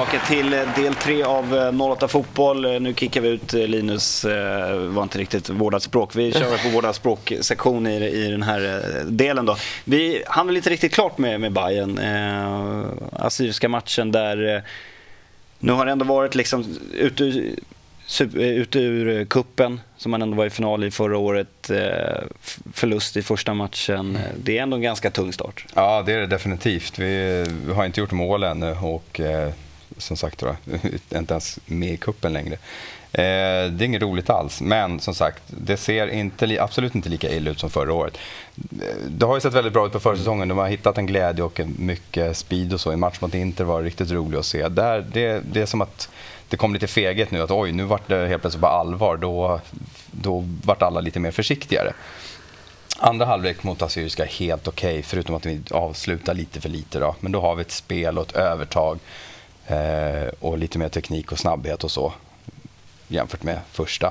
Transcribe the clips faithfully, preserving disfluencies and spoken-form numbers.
tillbaka till del tre av noll åtta fotboll. Nu kickar vi ut Linus, var inte riktigt vårdat språk. Vi kör på vårdat språksektion i, i den här delen då. Vi hann väl inte riktigt klart med, med Bayern. Eh, assyriska matchen där eh, nu har det ändå varit liksom ut ur, ut ur kuppen som man ändå var i final i förra året, eh, förlust i första matchen. Det är ändå en ganska tung start. Ja, det är det definitivt. Vi, vi har inte gjort mål ännu och eh, som sagt då, inte ens med i kuppen längre. Eh, det är inget roligt alls, men som sagt, det ser inte, absolut inte lika illa ut som förra året. Det har ju sett väldigt bra ut på försäsongen. De har hittat en glädje och mycket speed och så. I match mot Inter var det riktigt roligt att se. Där, det, det är som att det kom lite feget nu, att oj, nu vart det helt plötsligt på allvar. Då, då vart alla lite mer försiktigare. Andra halvlek mot Assyriska är helt okej, okay, förutom att vi avslutar lite för lite då. Men då har vi ett spel och ett övertag eh, och lite mer teknik och snabbhet och så jämfört med första.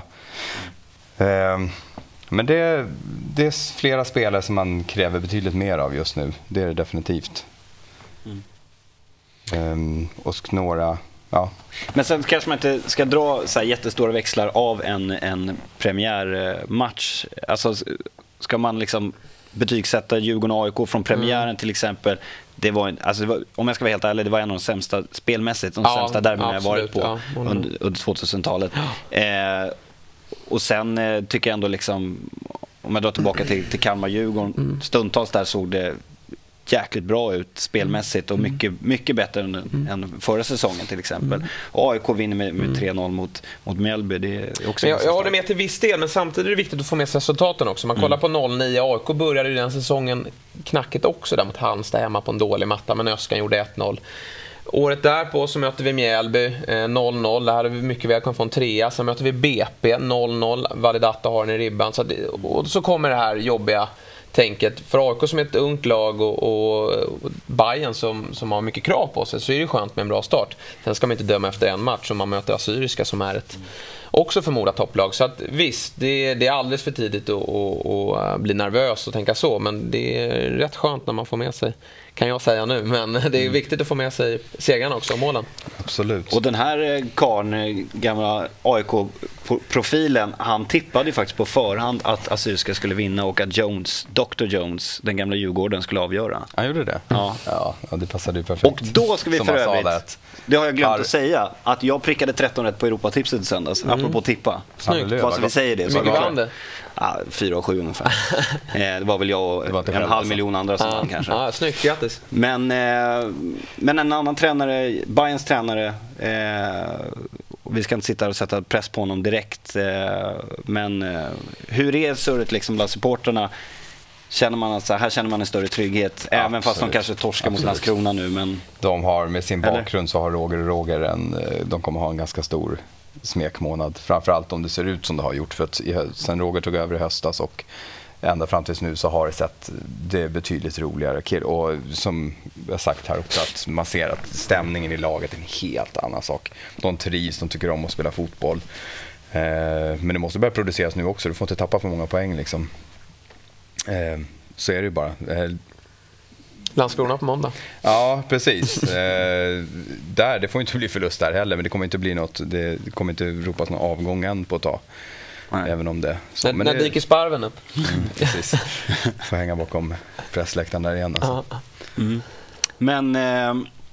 Eh, men det, det är flera spelare som man kräver betydligt mer av just nu. Det är det definitivt. Mm. Eh, och några... Ja. Men sen kanske man inte ska dra så här jättestora växlar av en, en premiärmatch. Alltså ska man liksom betygsätta Djurgården A I K från premiären mm. till exempel. Det var, alltså det var, om jag ska vara helt ärlig, det var en av de sämsta spelmässigt, de ja, sämsta derbyn jag varit på ja. under, under tvåtusentalet. Ja. Eh, och sen eh, tycker jag ändå liksom, om jag drar tillbaka till, till Kalmar-Djurgården, mm. stundtals där såg det jäkligt bra ut spelmässigt och mycket, mycket bättre än, mm. än förra säsongen till exempel. Mm. A I K vinner med, med tre noll mot, mot Mjällby. Det är också jag, jag håller med till viss del, men samtidigt är det viktigt att få med resultaten också. Man kollar mm. på noll nio, A I K började ju den säsongen knackigt också där mot Halmstad hemma på en dålig matta, men Öskan gjorde ett noll. Året därpå så möter vi Mjällby eh, noll noll. Där hade vi mycket väl kunnat få en trea. Sen möter vi B P noll noll. Validata har den i ribban. Så det, och så kommer det här jobbiga tänket. För A I K som är ett ungt lag och, och, och Bayern som, som har mycket krav på sig, så är det skönt med en bra start. Sen ska man inte döma efter en match om man möter Assyriska som är ett också förmodat topplag. Så att visst, det, det är alldeles för tidigt att, att, att bli nervös och tänka så. Men det är rätt skönt när man får med sig, kan jag säga nu, men det är mm. viktigt att få med sig segrarna också, målen. Absolut. Och den här karn, gamla A I K-profilen, han tippade ju faktiskt på förhand att Assyriska skulle vinna och att Jones, doktor Jones, den gamla Djurgården, skulle avgöra. Han gjorde det? Ja. Ja, det passade ju perfekt. Och då ska vi för övrigt, det. det har jag glömt Har... att säga, att jag prickade tretton rätt på Europatipset i söndags, mm. apropå tippa. Snyggt. Fast vi säger det. Hur mycket vann det? Ja, fyra och sju ungefär. Det var väl jag och en halv miljon andra som vann kanske. Ja, snyggt, grattis. Men, eh, men en annan tränare, Bayerns tränare, eh, vi ska inte sitta här och sätta press på honom direkt, eh, men eh, hur är surret liksom bland supporterna? Känner man att så här känner man en större trygghet, Absolut. även fast de kanske torskar Absolut. mot Landskrona nu, men de har med sin bakgrund Eller? så har Roger och Roger en, de kommer ha en ganska stor smekmånad, framförallt om det ser ut som det har gjort, för att sen Roger tog över i höstas och ända fram tills nu så har det sett det betydligt roligare. Och som jag sagt här också, att man ser att stämningen i laget är en helt annan sak. De trivs, de tycker om att spela fotboll. Eh, men det måste börja produceras nu också. Du får inte tappa för många poäng liksom. Eh, så är det ju bara. Eh, Landskrona på måndag. Ja, precis. Eh, där, det får inte bli förlust där heller, men det kommer inte bli något, det kommer inte ropas någon avgång än på ett tag. Nej. Även om det så, när, men när det, dyker sparven upp. Mm, precis. Får hänga bakom pressläktaren där igen alltså. mm. Men eh,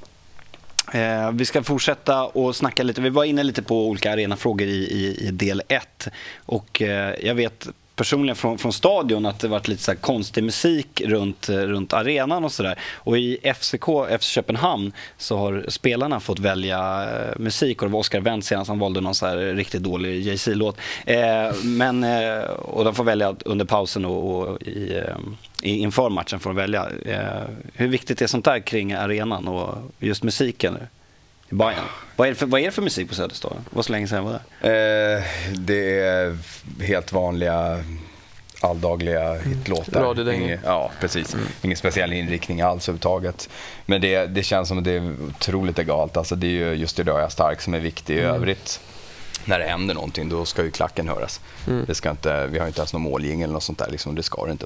eh, vi ska fortsätta och snacka lite. Vi var inne lite på olika arenafrågor i, i, i del ett. Och eh, jag vet personligen från, från stadion att det varit lite så här konstig musik runt, runt arenan och sådär. Och i F C K, F C Köpenhamn, så har spelarna fått välja musik, och det var Oscar Wendt senast som valde någon så här riktigt dålig Jay-Z-låt. Eh, men, eh, och de får välja under pausen och, och i, eh, inför matchen får de välja. Eh, hur viktigt är sånt där kring arenan och just musiken i Bayern? Vad är det för, vad är det för musik på Söderstad? Vad så länge sedan var det? Eh, det är helt vanliga alldagliga hitlåtar. Ingen, ja, precis. Mm. Ingen speciell inriktning alls överhuvudtaget. Men det, det känns som att det är otroligt egalt. Alltså det är ju just det där jag är stark som är viktig. I mm. övrigt, när det händer någonting, då ska ju klacken höras. Mm. Det ska inte, vi har inte ens någon målging eller något sånt där. Liksom. Det ska det inte vara.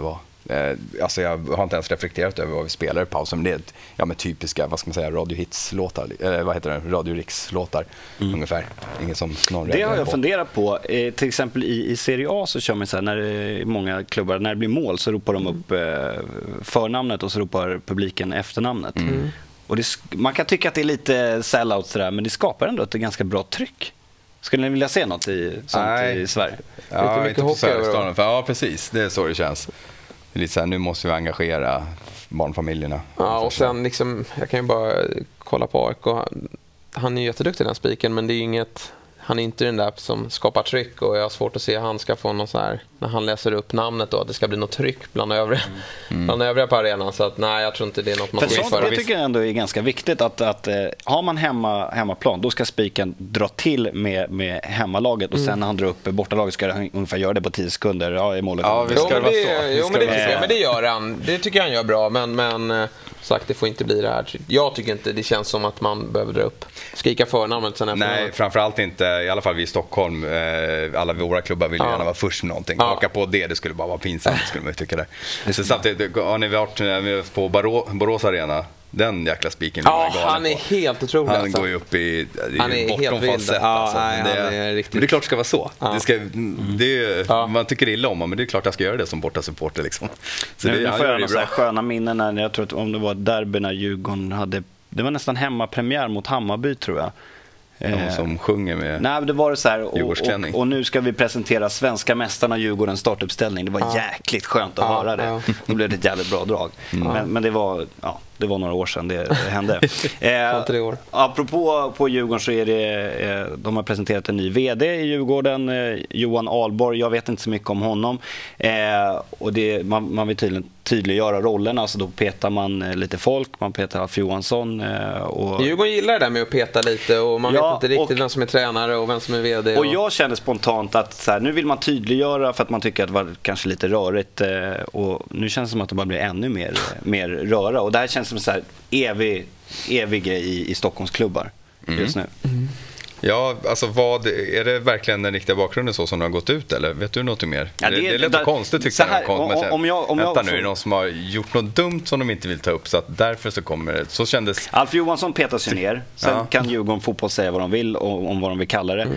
Eh, alltså jag har inte ens reflekterat över vad vi spelar i pausen, men det är ett, ja, med typiska, vad ska man säga, Radio Hits-låtar, eller vad heter det, Radio Riks-låtar mm. ungefär. Inget som någon det har jag på. funderat på. Eh, till exempel i, i Serie A så kör man så här, när det, många klubbar, när det blir mål så ropar de upp eh, förnamnet och så ropar publiken efternamnet. Mm. Och det, man kan tycka att det är lite sellout sådär, men det skapar ändå ett ganska bra tryck. Skulle ni vilja se något i, sånt Nej. i Sverige? Ja, lite inte på Söderstaden. Ja, precis. Det är så det känns. Det är lite så här, nu måste vi engagera barnfamiljerna. Ja, och sen liksom, jag kan ju bara kolla på A I K. Han är ju jätteduktig den spiken, men det är ju inget... Han är inte den där som skapar tryck, och jag har svårt att se att han ska få någon så här, när han läser upp namnet då, att det ska bli något tryck bland övriga, mm. bland övriga på arenan. Så att nej, jag tror inte det är något man får införa. Det tycker jag ändå är ganska viktigt att, att eh, har man hemma, hemmaplan, då ska spiken dra till med, med hemmalaget, och mm. sen när han drar upp bortalaget ska han ungefär göra det på tio sekunder. Ja, i målet. Ja, vi ska jo, men det, vara så. Jo, men det, det, men det gör han. Det tycker jag han gör bra, men, men sagt, det får inte bli det här. Jag tycker inte det känns som att man behöver dra upp, skrika förnamnet sen. Nej, framförallt inte, i alla fall vi i Stockholm, eh, alla våra klubbar vill ja. gärna vara först med någonting. Ja. Haka på det, det skulle bara vara pinsamt, skulle man tycka det. Så samtidigt, har ni varit på Barå, Borås Arena? Den jäkla spiken. Ja, han är på. helt otrolig. Han alltså. går ju upp i, han är bortom helt falsett. Ja, alltså. nej, det, han är riktigt... men det är klart det ska vara så. Ja. Det ska, det är, ja. Man tycker illa om honom, men det är klart jag ska göra det som borta supporter. Liksom. Så nu, det, nu får jag några sköna minnen när jag tror att om det var derby när Djurgården hade, det var nästan hemmapremiär mot Hammarby, tror jag. Någon som sjunger med Nej, det var det så här, och, och, och nu ska vi presentera svenska mästarna Djurgårdens startuppställning. Det var ja. jäkligt skönt att ja, höra det. Ja. Då blev det ett jävligt bra drag. Mm. Men, men det var ja, det var några år sedan det, det hände. eh, tre år. Apropå på Djurgården så är det eh, de har presenterat en ny vd i Djurgården, eh, Johan Ahlborg. Jag vet inte så mycket om honom. Eh, och det, man, man vill tydligen tydliggöra rollerna, alltså då petar man eh, lite folk, man petar Alf Johansson eh, och Djurgården gillar det där med att peta lite, och man ja, vet inte riktigt och, vem som är tränare och vem som är vd. Och, och jag kände spontant att så här, nu vill man tydliggöra för att man tycker att det var kanske lite rörigt, eh, och nu känns det som att det bara blir ännu mer, mer röra, och det här känns som så här evig, evig grej i, i Stockholmsklubbar mm. just nu. Mm. Ja, alltså vad, är det verkligen den riktiga bakgrunden så som den har gått ut, eller vet du något mer? Ja, det, det, det är lite konstigt tycker här, jag. Om, om jag, om Vänta jag, nu, är det någon som har gjort något dumt som de inte vill ta upp, så att därför så kommer det, så kändes... Alf Johansson petar sig ner, sen ja. kan Djurgården fotboll säga vad de vill om, om vad de vill kalla det. Mm.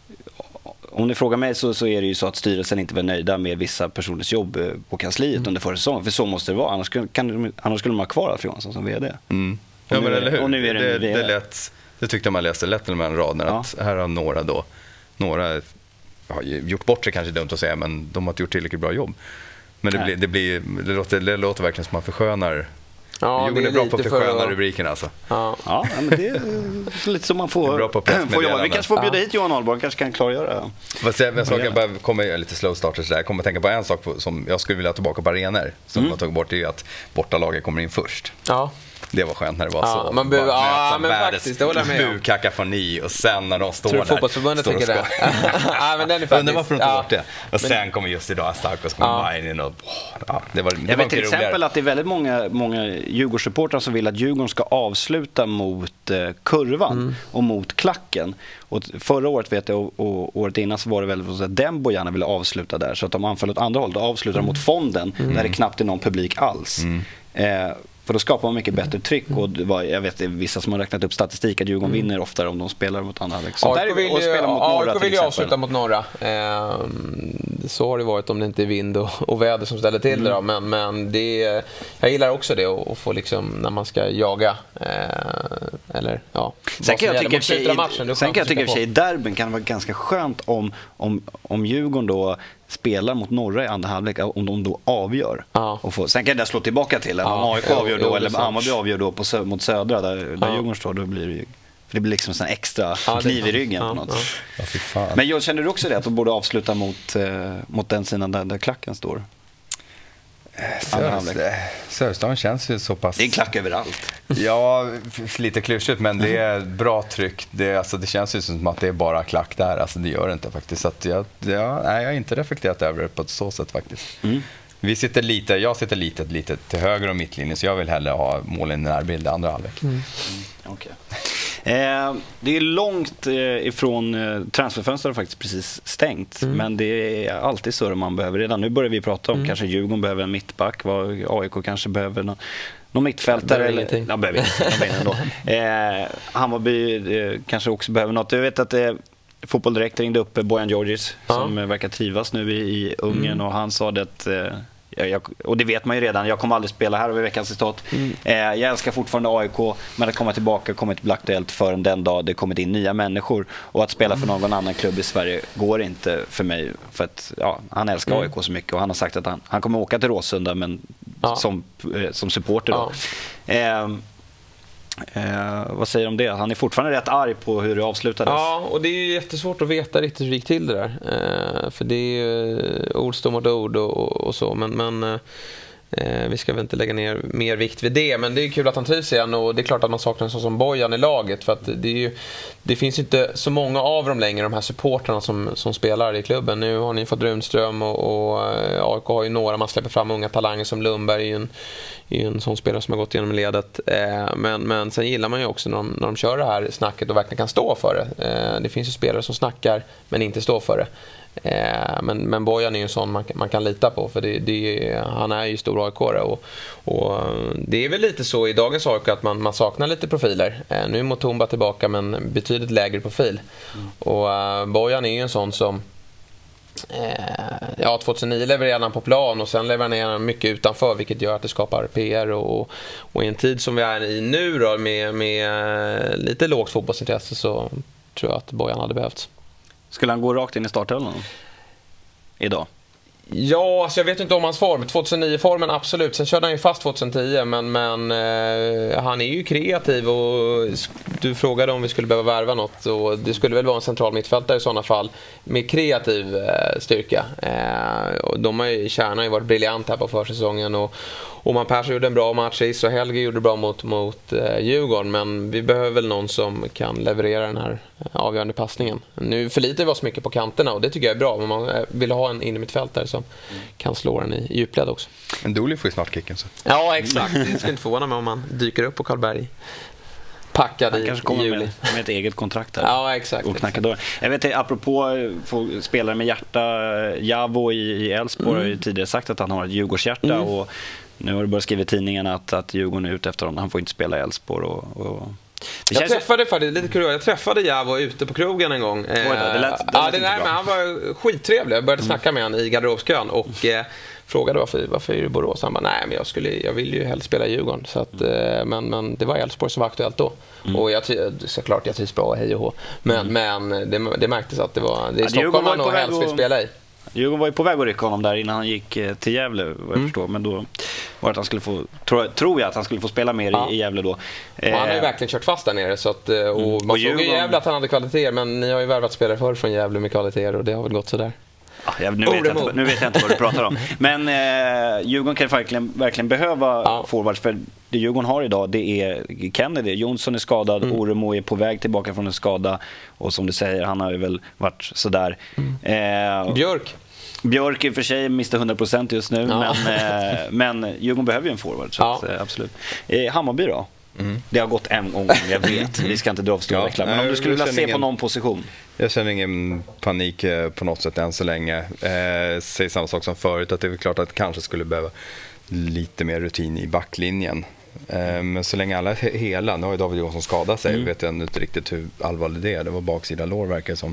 Om ni frågar mig så, så är det ju så att styrelsen inte var nöjda med vissa personers jobb på kansliet mm. under förra säsongen, för så måste det vara, annars, kan, annars skulle de ha kvar Alf Johansson som vd. Mm. Ja, men eller hur? Och nu är det, det, det, lätt, det tyckte man läste lätt mellan raderna, ja. att här har några då, några har gjort bort sig, kanske dumt att säga, men de har inte gjort tillräckligt bra jobb. Men det, blir, det, blir, det, låter, det låter verkligen som man förskönar. Ja, Djurgården det är bra på att försköna för... rubriken alltså. Ja, ja men det är lite som man får, får jobba. Vi kanske får bjuda ja. hit Johan Ahlborg, kanske kan klargöra. Fast jag, jag, jag bara kommer lite slow starters där. Jag kommer att tänka på en sak på, som jag skulle vilja tillbaka på arenor som mm. man tagit bort, det är att bortalaget kommer in först. Ja. Det var skönt när det var ja, så. Man behöver, ja, men faktiskt, det håller jag med om. Kakafoni, och sen när de står tror där. Fotbollsförbundet står tycker det. Ja, men den är faktiskt. Varför de ja. bort det. Och sen men, kommer just idag Starkos kommer ja. in och ja, det var det jag var vet till exempel roligare. Att det är väldigt många många Djurgårdssupportrar som vill att Djurgården ska avsluta mot eh, kurvan mm. och mot klacken. Och förra året vet jag, och, och året innan så var det väldigt så att Dembo gärna ville avsluta där, så att de anföll åt andra håll, då avslutar mm. mot fonden mm. där det knappt är någon publik alls. Mm. Eh, För då skapar man mycket bättre tryck, och det var, jag vet det är vissa som har räknat upp statistik att Djurgården mm. vinner oftare om de spelar mot andra. A I K vill, och spelar mot norra, A I K vill ju avsluta mot norra. Eh, så har det varit om det inte är vind och, och väder som ställer till mm. det då. Men, men det, jag gillar också det att få liksom när man ska jaga eh, eller ja. Sen kan jag tycka att matchen, sen kan jag tycka att i derbyn kan det vara ganska skönt om, om, om Djurgården då spelar mot norra i andra halvlek, om de då avgör. Ja. Och får, sen kan det slå tillbaka till, om ja. A I K avgör då, eller Hammarby avgör då på sö- mot södra, där, där ja. Djurgården står, då blir det ju, för det blir liksom en extra ja, kniv i ryggen ja, på något ja. Ja, men jag känner du också det, att de borde avsluta mot, eh, mot den sidan där, där klacken står? Söderstaden känns ju så pass... Det är en klack överallt. Ja, lite klyschigt, men det är bra tryck. Det, alltså, det känns ju som att det är bara klack där. Alltså, det gör det inte faktiskt. Så att jag, ja, nej, jag har inte reflekterat över det på ett så sätt faktiskt. Mm. Vi sitter lite, jag sitter lite, lite till höger om mittlinjen, så jag vill hellre ha målen i närbild i andra halvlek. Mm. Mm. Okay. Eh, det är långt eh, ifrån eh, transferfönstret faktiskt precis stängt. Mm. Men det är alltid så man behöver. Redan nu börjar vi prata om mm. kanske Djurgården behöver en mittback. Vad A I K kanske behöver någon, någon mittfältare. Eller, ja, behöver inte. eh, Hammarby eh, kanske också behöver något. Jag vet att eh, Fotboll Direkt ringde upp Bojan Djordjic ja. som eh, verkar trivas nu i, i Ungern. Mm. Och han sa det att... Eh, Jag, och det vet man ju redan, jag kommer aldrig spela här över veckans citat. Mm. eh, Jag älskar fortfarande A I K, men att komma tillbaka kommer inte bli aktuellt förrän den dag det kommit in nya människor. Och att spela för någon annan klubb i Sverige går inte för mig. För att ja, han älskar mm. A I K så mycket. Och han har sagt att han, han kommer åka till Råsunda, men ja. som, eh, som supporter då. Ja. eh, Eh, vad säger du om det? Han är fortfarande rätt arg på hur det avslutades. Ja, och det är ju jättesvårt att veta riktigt hur det gick till det där. Eh, för det är ju ord står mot ord och, och så. Men, men eh, vi ska väl inte lägga ner mer vikt vid det. Men det är kul att han trivs igen. Och det är klart att man saknar en sån som Bojan i laget. För att det, är ju, det finns ju inte så många av dem längre, de här supporterna som, som spelar i klubben. Nu har ni fått Runström och, och A I K har ju några. Man släpper fram unga talanger som Lundberg är ju en är en sån spelare som har gått igenom ledet. Eh, men, men sen gillar man ju också när de, när de kör det här snacket och verkligen kan stå för det. Eh, det finns ju spelare som snackar men inte står för det. Eh, men, men Bojan är ju en sån man, man kan lita på, för det, det, han är ju stor A I K-are och, och det är väl lite så i dagens A I K att man, man saknar lite profiler. Eh, nu är Mutumba tillbaka, men betydligt lägre profil. Mm. Och uh, Bojan är ju en sån som Eh, ja, tjugohundranio levererar han på plan och sen levererar han mycket utanför, vilket gör att det skapar P R och, och i en tid som vi är i nu då, med, med lite lågt fotbollsintresse, så tror jag att Bojan hade behövts. Skulle han gå rakt in i startelvan idag? Ja, alltså jag vet inte om hans form. tjugohundranio-formen, absolut. Sen körde han ju fast tjugohundratio, men, men eh, han är ju kreativ och du frågade om vi skulle behöva värva något, och det skulle väl vara en central mittfältare i sådana fall med kreativ eh, styrka. Eh, och de har ju, kärnan har ju varit briljant här på försäsongen, och Oman Persson gjorde en bra match, och Helge gjorde bra mot, mot eh, Djurgården, men vi behöver väl någon som kan leverera den här avgörande passningen. Nu förlitar vi oss mycket på kanterna, och det tycker jag är bra, men man vill ha en innermittfältare som mm. kan slå den i djupled också. Men Dooley får ju snart kicken så. Ja, exakt. Det skulle inte förvåna mig om man dyker upp på Karlberg packad han i, kanske kommer i juli. Med, med ett eget kontrakt här. Ja, exakt. Och knackar dörren. Jag vet, apropå få spelare med hjärta, Javo i Elfsborg mm. har ju tidigare sagt att han har ett Djurgårdshjärta, mm. och nu har det börjat skriva i tidningen att, att Djurgården är ute efter honom. Han får inte spela i Elfsborg. Och, och... Jag känns... träffade faktiskt, lite kul, jag träffade Javo ute på krogen en gång. Oj, det lät, det ja, det där, men han var skittrevlig. Jag började mm. snacka med honom i garderobskön och eh, frågade varför, varför är du i Borås. Han bara, nej men jag, skulle, jag vill ju helst spela i Djurgården. Så att, eh, men, men det var Elfsborg som var aktuellt då. Mm. Och jag såklart jag trivs bra, hej och hå. Men, mm. men det, det märktes att det var det är ja, Stockholm man nog helst vill spela i. Djurgården var ju på väg att rycka honom där innan han gick till Gävle, vad jag mm. förstår. Men då var att han skulle få, tror, tror jag att han skulle få spela mer ja. i, i Gävle då. Och han har ju verkligen kört fast där nere. Så att, och mm. man och såg Djurgården... i Gävle att han hade kvaliteter, men ni har ju värvat spelare förr från Gävle med kvaliteter, och det har väl gått sådär. Ja, jag, nu, vet jag inte, nu vet jag inte vad du pratar om. Men eh, Djurgården kan verkligen, verkligen behöva ja. forwards, för det Djurgården har idag, det är Kennedy. Jonsson är skadad, mm. Oremo är på väg tillbaka från en skada, och som du säger, han har ju väl varit sådär. Mm. Eh, Björk. Björk i och för sig mister hundra procent just nu, ja. men, eh, men Djurgården behöver ju en forward, så ja. att, eh, absolut. Eh, Hammarby då? Mm. Det har gått en gång, jag vet. Vi ska inte dra av stora ja, men om du skulle vilja se ingen, på någon position. Jag känner ingen panik på något sätt än så länge. Eh, säger samma sak som förut, att det är klart att det kanske skulle behöva lite mer rutin i backlinjen. Eh, men så länge alla är hela, nu har ju David Johansson skadat sig, mm. vet jag inte riktigt hur allvarligt det är. Det var baksida lår, verkar som.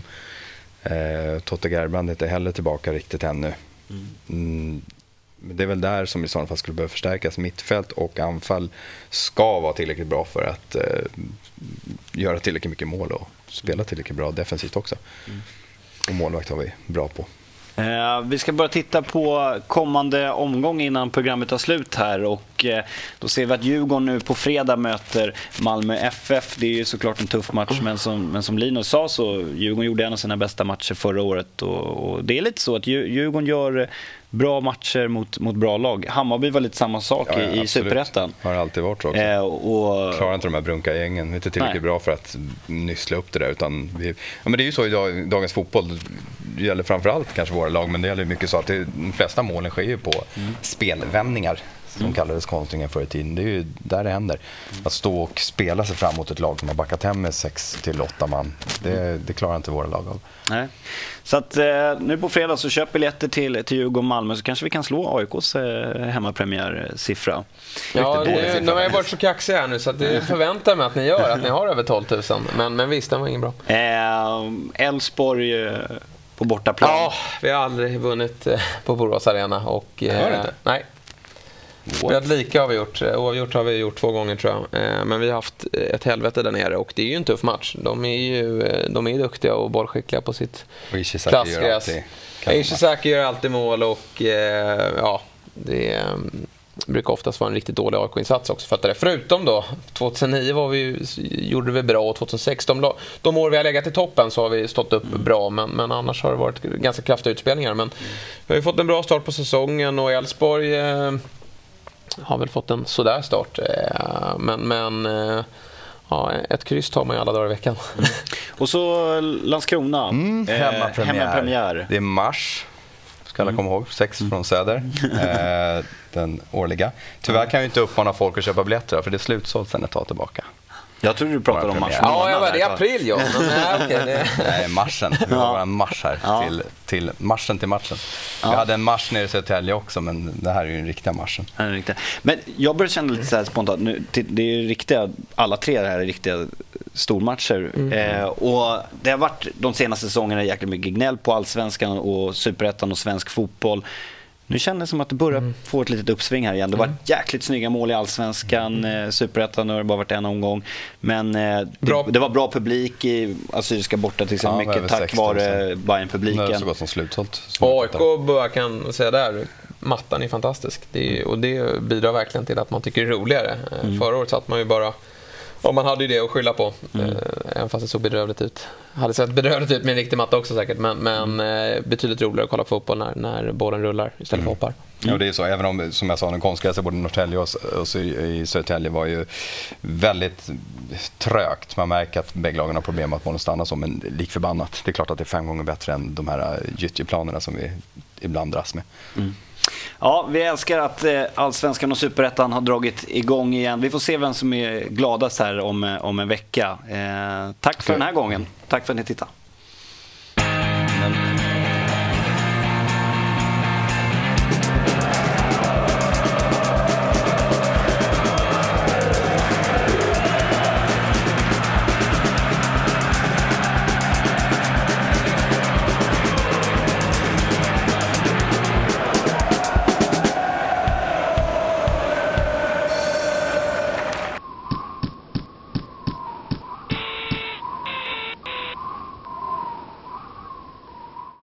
Eh, Totte Gerbrand är inte heller tillbaka riktigt ännu. Mm. Mm. Det är väl där som i sådana fall skulle behöva förstärkas. Mittfält och anfall ska vara tillräckligt bra för att eh, göra tillräckligt mycket mål och spela tillräckligt bra defensivt också. Mm. Och målvakt har vi bra på. Eh, vi ska bara titta på kommande omgång innan programmet tar slut här, och eh, då ser vi att Djurgården nu på fredag möter Malmö F F. Det är ju såklart en tuff match, men som, men som Linus sa, så Djurgården gjorde en av sina bästa matcher förra året, och, och det är lite så att Djurgården gör bra matcher mot, mot bra lag. Hammarby var lite samma sak ja, ja, i, i Superettan. Har alltid varit också. Eh, och... Klarar inte de här brunka-gängen. Vi är inte tillräckligt Nej. bra för att nyssla upp det där. Utan vi... ja, men det är ju så i dag, dagens fotboll. gäller framförallt kanske våra lag, men det gäller mycket så att det, de flesta målen sker ju på mm. spelvändningar som mm. kallades kontringar förr i tiden. Det är ju där det händer. Att stå och spela sig fram mot ett lag som har backat hem med sex till åtta man, det, det klarar inte våra lag av. Nej. Så att eh, nu på fredag så köp biljetter till, till Djurgården och Malmö, så kanske vi kan slå A I K:s eh, hemmapremiärsiffra. Ja, det, de har ju varit så kaxiga här nu så att det förväntar mig att ni gör, att ni har över tolv tusen. Men, men visst, det var ingen bra. Elfsborg eh, på bortaplan. Ja, vi har aldrig vunnit eh, på Borås Arena. Och, eh, nej. Vi har lika har vi gjort. Oavgjort har vi gjort två gånger tror jag. Eh, men vi har haft ett helvete där nere och det är ju en tuff match. De är ju de är duktiga och bollskickliga på sitt klassgräs. Ishizaki gör alltid mål och eh, ja, det eh, brukar oftast vara en riktigt dålig A I K-insats också. För att det, förutom då, tjugohundraniio var vi, gjorde vi bra och tjugohundrasex, de, de år vi har legat i toppen så har vi stått upp mm. bra. Men, men annars har det varit ganska kraftiga utspelningar. Men mm. vi har ju fått en bra start på säsongen och Elfsborg eh, har väl fått en sådär start. Eh, men men eh, ja, ett kryss tar man ju alla dagar i veckan. Mm. Och så Landskrona. Mm, hemmapremiär. Eh, hemmapremiär. Det är mars. Ska alla komma ihåg. Sex från Söder. Eh, den årliga. Tyvärr kan vi inte uppmana folk att köpa biljetter för det är slutsålt sen ett tag tillbaka. Jag tror du pratade om mars. Ja, jag var det i april, ja. Men, nej, okay, det... nej, marschen. Vi har en mars här ja. till, till marschen till matchen. Ja. Vi hade en mars nere i Södertälje också, men det här är ju den riktiga marschen. Ja, riktiga. Men jag börjar känna lite så här spontant. Nu, det är riktiga, alla tre här är riktiga stormatcher. Mm. Eh, och det har varit de senaste säsongerna jäkligt mycket gnäll på Allsvenskan och Superettan och svensk fotboll. Nu känns det som att det börjar mm. få ett litet uppsving här igen. Det var mm. jäkligt snygga mål i Allsvenskan, mm. Superettan har det bara varit en omgång. Men eh, det, det var bra publik i Assyriska borta till exempel, ja, mycket tack vare Bayern-publiken. Det är så gott som slutsålt. A I K bara kan säga där, mattan är fantastisk. Det är, och det bidrar verkligen till att man tycker det är roligare. Mm. Förra året satt man ju bara... Och man hade ju det att skylla på, mm. även fast det såg bedrövligt ut. Hade sett bedrövligt ut med en riktig matta också säkert, men, men mm. betydligt roligare att kolla på fotboll när, när bollen rullar istället mm. för hoppar. Mm. Ja, det är så, även om, som jag sa, den konstgräset både i Norrtälje och, och i Södertälje var ju väldigt trögt. Man märker att bägge lagen har problem att bollen stannar så, men lik förbannat. Det är klart att det är fem gånger bättre än de här gyttjeplanerna som vi ibland dras med. Mm. Ja, vi älskar att eh, Allsvenskan och Superettan har dragit igång igen. Vi får se vem som är gladast här om, om en vecka. Eh, tack för den här gången. Tack för att ni tittade.